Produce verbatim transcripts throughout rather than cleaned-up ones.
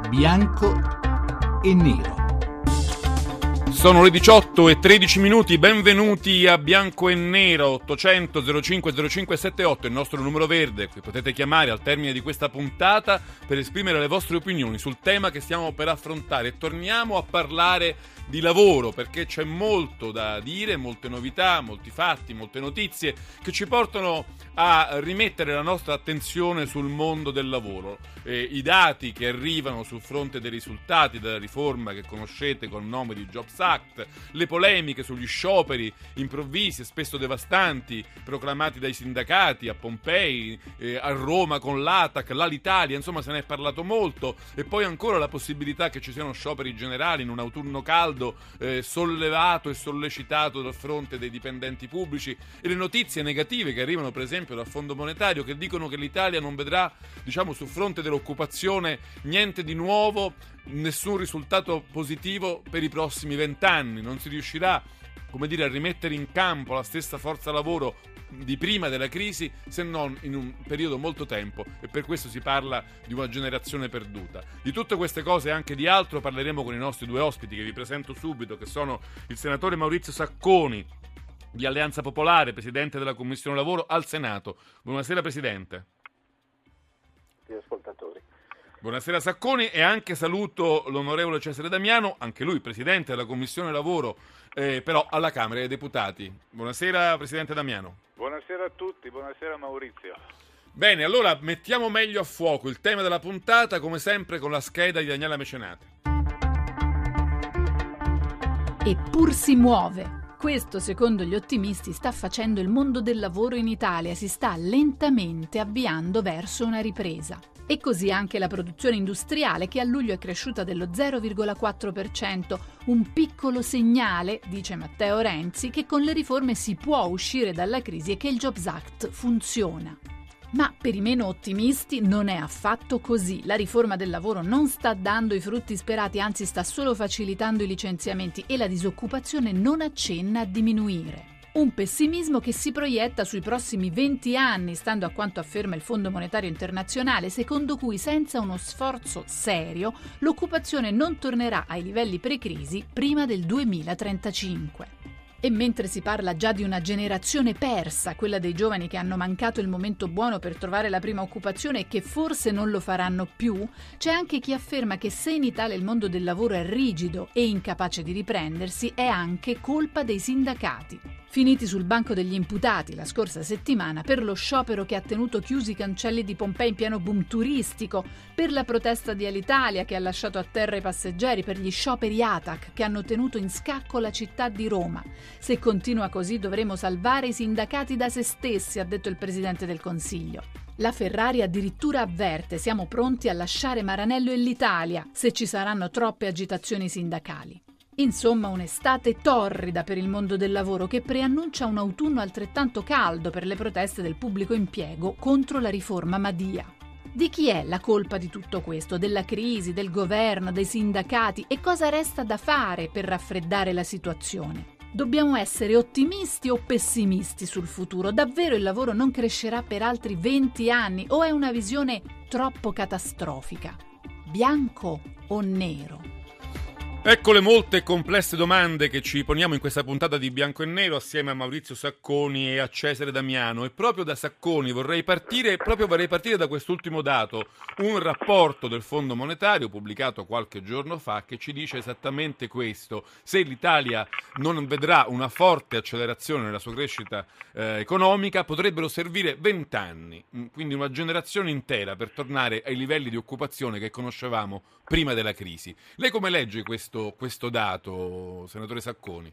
bianco e nero. Sono le diciotto e tredici minuti, benvenuti a Bianco e Nero. Ottocento zero cinque zero cinque settantotto il nostro numero verde, qui potete chiamare al termine di questa puntata per esprimere le vostre opinioni sul tema che stiamo per affrontare. E torniamo a parlare di lavoro, perché c'è molto da dire, molte novità, molti fatti, molte notizie che ci portano a rimettere la nostra attenzione sul mondo del lavoro. Eh, i dati che arrivano sul fronte dei risultati della riforma che conoscete col nome di Jobs Act, le polemiche sugli scioperi improvvisi e spesso devastanti proclamati dai sindacati a Pompei, eh, a Roma con l'A T A C, l'Alitalia, insomma se ne è parlato molto, e poi ancora la possibilità che ci siano scioperi generali in un autunno caldo eh, sollevato e sollecitato dal fronte dei dipendenti pubblici, e le notizie negative che arrivano per esempio dal Fondo Monetario, che dicono che l'Italia non vedrà, diciamo, sul fronte dell'occupazione niente di nuovo, nessun risultato positivo per i prossimi vent'anni. Non si riuscirà, come dire, a rimettere in campo la stessa forza lavoro di prima della crisi, se non in un periodo molto tempo, e per questo si parla di una generazione perduta. Di tutte queste cose e anche di altro parleremo con i nostri due ospiti, che vi presento subito, che sono il senatore Maurizio Sacconi di Alleanza Popolare, presidente della Commissione Lavoro al Senato. Buonasera Presidente. Gli ascoltatori. Buonasera Sacconi, e anche saluto l'onorevole Cesare Damiano, anche lui presidente della Commissione Lavoro, eh, però alla Camera dei Deputati. Buonasera Presidente Damiano. Buonasera a tutti, buonasera Maurizio. Bene, allora mettiamo meglio a fuoco il tema della puntata, come sempre con la scheda di Daniela Mecenate. Eppur si muove. Questo, secondo gli ottimisti, sta facendo il mondo del lavoro in Italia, si sta lentamente avviando verso una ripresa. E così anche la produzione industriale, che a luglio è cresciuta dello zero virgola quattro per cento, un piccolo segnale, dice Matteo Renzi, che con le riforme si può uscire dalla crisi e che il Jobs Act funziona. Ma per i meno ottimisti non è affatto così. La riforma del lavoro non sta dando i frutti sperati, anzi sta solo facilitando i licenziamenti, e la disoccupazione non accenna a diminuire. Un pessimismo che si proietta sui prossimi venti anni, stando a quanto afferma il Fondo Monetario Internazionale, secondo cui senza uno sforzo serio l'occupazione non tornerà ai livelli pre-crisi prima del duemilatrentacinque. E mentre si parla già di una generazione persa, quella dei giovani che hanno mancato il momento buono per trovare la prima occupazione e che forse non lo faranno più, c'è anche chi afferma che se in Italia il mondo del lavoro è rigido e incapace di riprendersi, è anche colpa dei sindacati. Finiti sul banco degli imputati la scorsa settimana per lo sciopero che ha tenuto chiusi i cancelli di Pompei in pieno boom turistico, per la protesta di Alitalia che ha lasciato a terra i passeggeri, per gli scioperi A T A C che hanno tenuto in scacco la città di Roma. Se continua così dovremo salvare i sindacati da se stessi, ha detto il Presidente del Consiglio. La Ferrari addirittura avverte: siamo pronti a lasciare Maranello e l'Italia se ci saranno troppe agitazioni sindacali. Insomma, un'estate torrida per il mondo del lavoro, che preannuncia un autunno altrettanto caldo per le proteste del pubblico impiego contro la riforma Madia. Di chi è la colpa di tutto questo? Della crisi, del governo, dei sindacati? E cosa resta da fare per raffreddare la situazione? Dobbiamo essere ottimisti o pessimisti sul futuro? Davvero il lavoro non crescerà per altri venti anni o è una visione troppo catastrofica? Bianco o nero? Ecco le molte e complesse domande che ci poniamo in questa puntata di Bianco e Nero assieme a Maurizio Sacconi e a Cesare Damiano. E proprio da Sacconi vorrei partire, proprio vorrei partire da quest'ultimo dato, un rapporto del Fondo Monetario pubblicato qualche giorno fa che ci dice esattamente questo: se l'Italia non vedrà una forte accelerazione nella sua crescita eh, economica, potrebbero servire vent'anni, quindi una generazione intera, per tornare ai livelli di occupazione che conoscevamo prima della crisi. Lei come legge questo, questo dato, senatore Sacconi?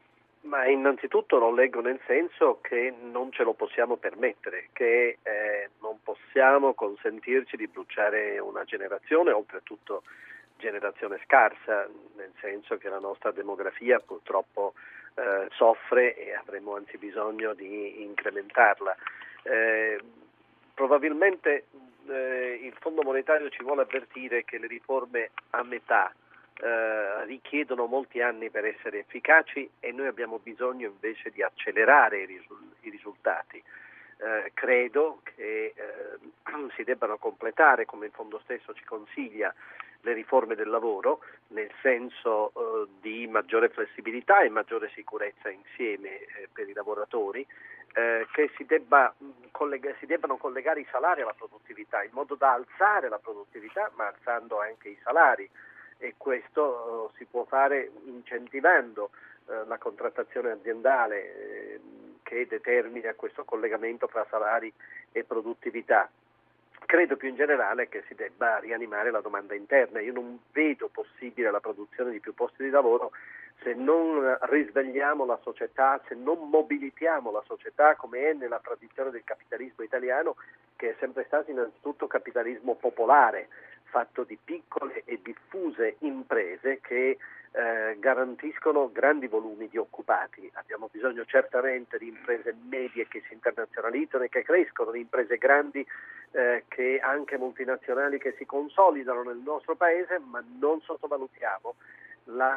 Ma innanzitutto lo leggo nel senso che non ce lo possiamo permettere, che eh, non possiamo consentirci di bruciare una generazione, oltretutto generazione scarsa, nel senso che la nostra demografia purtroppo eh, soffre e avremo anzi bisogno di incrementarla. Eh, probabilmente eh, il Fondo Monetario ci vuole avvertire che le riforme a metà eh, richiedono molti anni per essere efficaci e noi abbiamo bisogno invece di accelerare i, risul- i risultati. Eh, credo che eh, si debbano completare, come il Fondo stesso ci consiglia, le riforme del lavoro, nel senso eh, di maggiore flessibilità e maggiore sicurezza insieme eh, per i lavoratori, eh, che si, debba, collega- si debbano collegare i salari alla produttività, in modo da alzare la produttività, ma alzando anche i salari, e questo eh, si può fare incentivando eh, la contrattazione aziendale eh, che determina questo collegamento tra salari e produttività. Credo più in generale che si debba rianimare la domanda interna. Io non vedo possibile la produzione di più posti di lavoro se non risvegliamo la società, se non mobilitiamo la società, come è nella tradizione del capitalismo italiano, che è sempre stato innanzitutto capitalismo popolare, fatto di piccole e diffuse imprese che eh, garantiscono grandi volumi di occupati. Abbiamo bisogno certamente di imprese medie che si internazionalizzano e che crescono, di imprese grandi eh, che anche multinazionali che si consolidano nel nostro paese, ma non sottovalutiamo la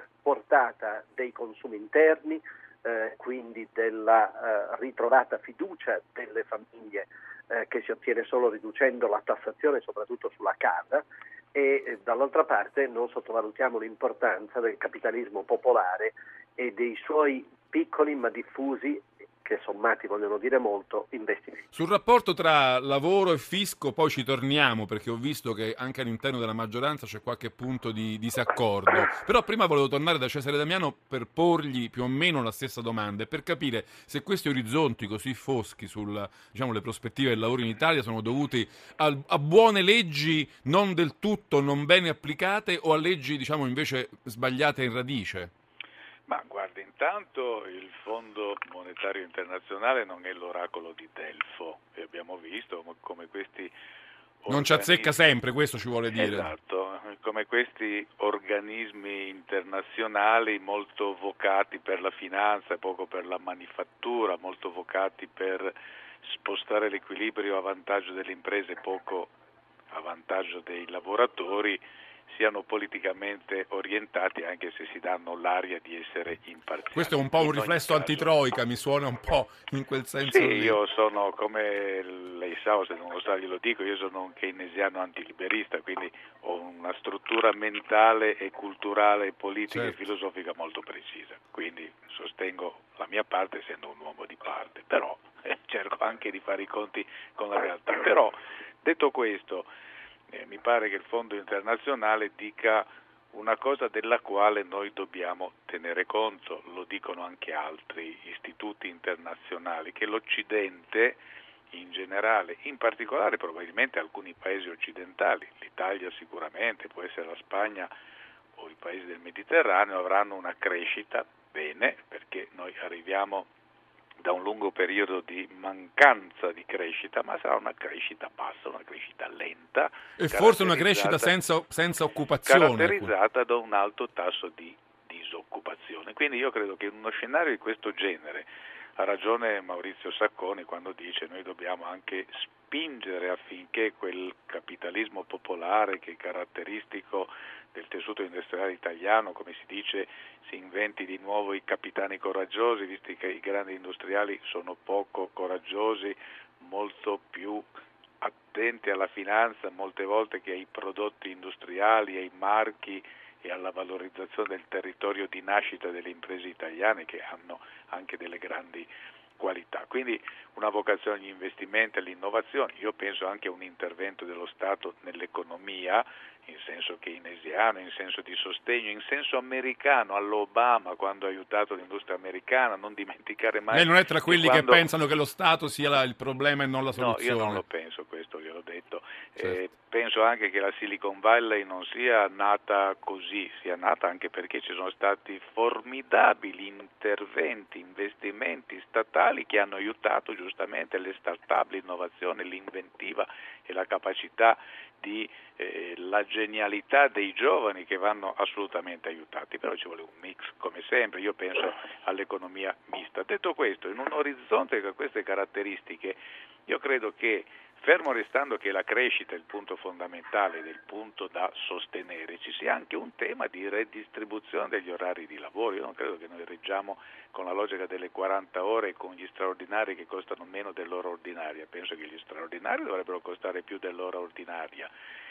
portata dei consumi interni, eh, quindi della eh, ritrovata fiducia delle famiglie eh, che si ottiene solo riducendo la tassazione soprattutto sulla casa, e eh, dall'altra parte non sottovalutiamo l'importanza del capitalismo popolare e dei suoi piccoli ma diffusi, che sommati vogliono dire molto, investimenti. Sul rapporto tra lavoro e fisco poi ci torniamo, perché ho visto che anche all'interno della maggioranza c'è qualche punto di disaccordo, però prima volevo tornare da Cesare Damiano per porgli più o meno la stessa domanda e per capire se questi orizzonti così foschi sulle, diciamo, le prospettive del lavoro in Italia sono dovuti a, a buone leggi non del tutto, non bene applicate, o a leggi, diciamo, invece sbagliate in radice. Ma guarda, intanto il Fondo Monetario Internazionale non è l'oracolo di Delfo, e abbiamo visto come, come questi organismi, non ci azzecca sempre, questo ci vuole dire. Esatto, come questi organismi internazionali molto vocati per la finanza e poco per la manifattura, molto vocati per spostare l'equilibrio a vantaggio delle imprese e poco a vantaggio dei lavoratori, siano politicamente orientati, anche se si danno l'aria di essere imparziali. Questo è un po' un in riflesso caso, antitroica, mi suona un po' in quel senso sì, lì. Io sono, come lei sa, o se non lo sa glielo dico, io sono un keynesiano antiliberista, quindi ho una struttura mentale e culturale, politica certo. e filosofica molto precisa, quindi sostengo la mia parte essendo un uomo di parte, però eh, cerco anche di fare i conti con la realtà. Però, detto questo, Eh, mi pare che il Fondo Internazionale dica una cosa della quale noi dobbiamo tenere conto, lo dicono anche altri istituti internazionali, che l'Occidente in generale, in particolare probabilmente alcuni paesi occidentali, l'Italia sicuramente, può essere la Spagna o i paesi del Mediterraneo, avranno una crescita bene, perché noi arriviamo da un lungo periodo di mancanza di crescita, ma sarà una crescita bassa, una crescita lenta. E forse una crescita senza, senza occupazione. Caratterizzata da un alto tasso di disoccupazione. Quindi io credo che in uno scenario di questo genere, ha ragione Maurizio Sacconi quando dice noi dobbiamo anche spingere affinché quel capitalismo popolare che è caratteristico del tessuto industriale italiano, come si dice, si inventi di nuovo i capitani coraggiosi, visto che i grandi industriali sono poco coraggiosi, molto più attenti alla finanza molte volte che ai prodotti industriali, ai marchi e alla valorizzazione del territorio di nascita delle imprese italiane, che hanno anche delle grandi qualità. Quindi una vocazione agli investimenti, all'innovazione. Io penso anche a un intervento dello Stato nell'economia, in senso keynesiano, in senso di sostegno, in senso americano, all'Obama quando ha aiutato l'industria americana. Non dimenticare mai. Lei non è tra quelli quando... che pensano che lo Stato sia la, il problema e non la soluzione? No, io non lo penso, questo gliel'ho detto. Certo. Eh, penso anche che la Silicon Valley non sia nata così, sia nata anche perché ci sono stati formidabili interventi, investimenti statali che hanno aiutato giustamente le start-up, l'innovazione, l'inventiva e la capacità di eh, la genialità dei giovani, che vanno assolutamente aiutati. Però ci vuole un mix, come sempre. Io penso all'economia mista. Detto questo, in un orizzonte che ha queste caratteristiche, io credo che, fermo restando che la crescita è il punto fondamentale, del punto da sostenere, ci sia anche un tema di redistribuzione degli orari di lavoro. Io non credo che noi reggiamo con la logica delle quaranta ore e con gli straordinari che costano meno dell'ora ordinaria. Penso che gli straordinari dovrebbero costare più dell'ora ordinaria.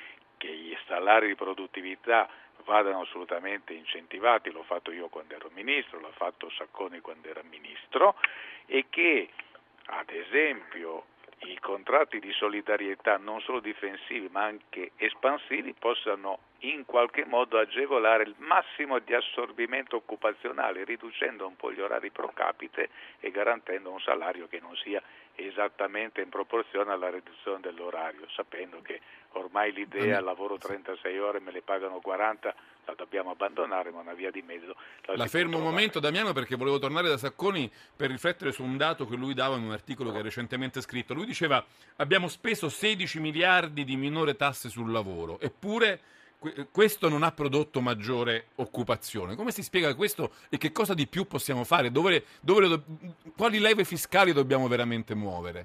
che gli salari di produttività vadano assolutamente incentivati, l'ho fatto io quando ero ministro, l'ha fatto Sacconi quando era ministro, e che ad esempio i contratti di solidarietà non solo difensivi ma anche espansivi possano in qualche modo agevolare il massimo di assorbimento occupazionale, riducendo un po' gli orari pro capite e garantendo un salario che non sia esattamente in proporzione alla riduzione dell'orario, sapendo che ormai l'idea lavoro trentasei ore, me le pagano quaranta, la dobbiamo abbandonare, ma una via di mezzo la, la fermo un momento, Damiano, perché volevo tornare da Sacconi per riflettere su un dato che lui dava in un articolo che ha recentemente scritto. Lui diceva: abbiamo speso sedici miliardi di minore tasse sul lavoro, eppure questo non ha prodotto maggiore occupazione. Come si spiega questo e che cosa di più possiamo fare? Dove, dove, quali leve fiscali dobbiamo veramente muovere?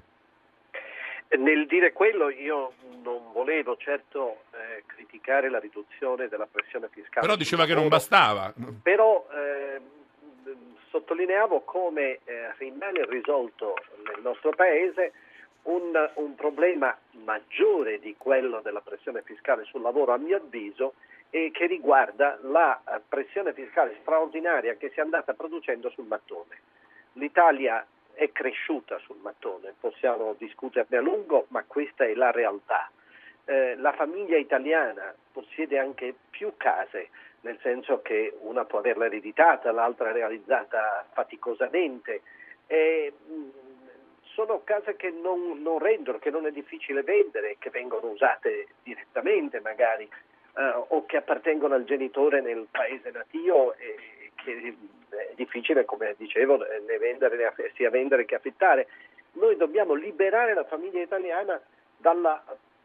Nel dire quello io non volevo certo eh, criticare la riduzione della pressione fiscale. Però diceva che non bastava. Però eh, sottolineavo come eh, rimane irrisolto nel nostro Paese Un, un problema maggiore di quello della pressione fiscale sul lavoro, a mio avviso, e che riguarda la pressione fiscale straordinaria che si è andata producendo sul mattone. L'Italia è cresciuta sul mattone, possiamo discuterne a lungo, ma questa è la realtà. Eh, la famiglia italiana possiede anche più case, nel senso che una può averla ereditata, l'altra realizzata faticosamente. E, sono case che non, non rendono, che non è difficile vendere, che vengono usate direttamente magari, eh, o che appartengono al genitore nel paese natio e che è difficile, come dicevo, né vendere, né, sia vendere che affittare. Noi dobbiamo liberare la famiglia italiana dalla,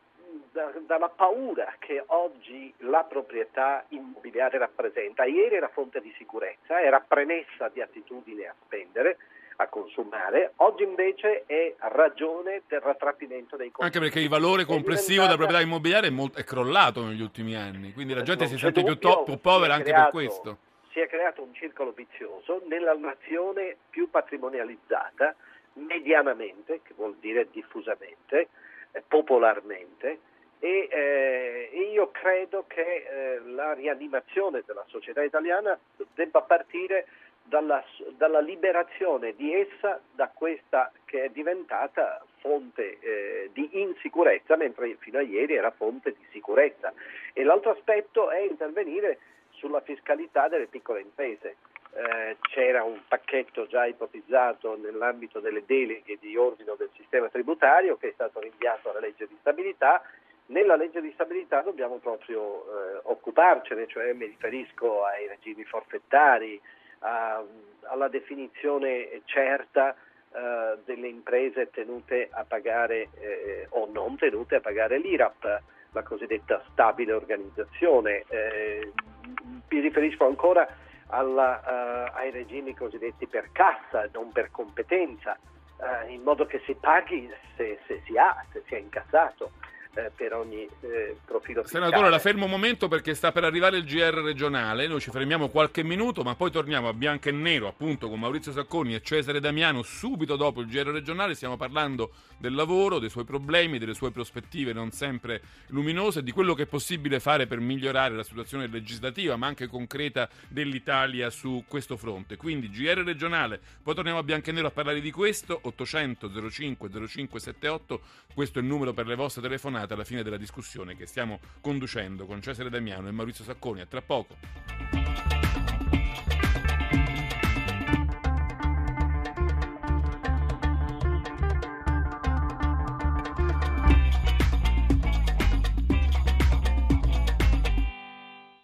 da, dalla paura che oggi la proprietà immobiliare rappresenta. Ieri era fonte di sicurezza, era premessa di attitudine a spendere, a consumare, oggi invece è ragione del rattrappimento dei consumi. Anche perché il valore complessivo della proprietà immobiliare è, molto, è crollato negli ultimi anni, quindi la gente si sente più, to- più povera anche creato, per questo. Si è creato un circolo vizioso nella nazione più patrimonializzata, medianamente, che vuol dire diffusamente, eh, popolarmente, e eh, io credo che eh, la rianimazione della società italiana debba partire Dalla, dalla liberazione di essa da questa che è diventata fonte eh, di insicurezza, mentre fino a ieri era fonte di sicurezza. E l'altro aspetto è intervenire sulla fiscalità delle piccole imprese. Eh, c'era un pacchetto già ipotizzato nell'ambito delle deleghe di ordine del sistema tributario che è stato rinviato alla legge di stabilità. Nella legge di stabilità dobbiamo proprio eh, occuparcene, cioè mi riferisco ai regimi forfettari, A, alla definizione certa uh, delle imprese tenute a pagare eh, o non tenute a pagare l'I R A P, la cosiddetta stabile organizzazione. Eh, mi riferisco ancora alla, uh, ai regimi cosiddetti per cassa, non per competenza, uh, in modo che si paghi se, se si ha, se si è incassato. Eh, per ogni eh, profilo fiscale. Senatore, la fermo un momento perché sta per arrivare il G R regionale, noi ci fermiamo qualche minuto ma poi torniamo a bianco e nero appunto con Maurizio Sacconi e Cesare Damiano subito dopo il G R regionale. Stiamo parlando del lavoro, dei suoi problemi, delle sue prospettive non sempre luminose, di quello che è possibile fare per migliorare la situazione legislativa ma anche concreta dell'Italia su questo fronte. Quindi G R regionale, poi torniamo a bianco e nero a parlare di questo. Ottocento zero cinque zero cinque settantotto, questo è il numero per le vostre telefonate alla fine della discussione che stiamo conducendo con Cesare Damiano e Maurizio Sacconi. A tra poco.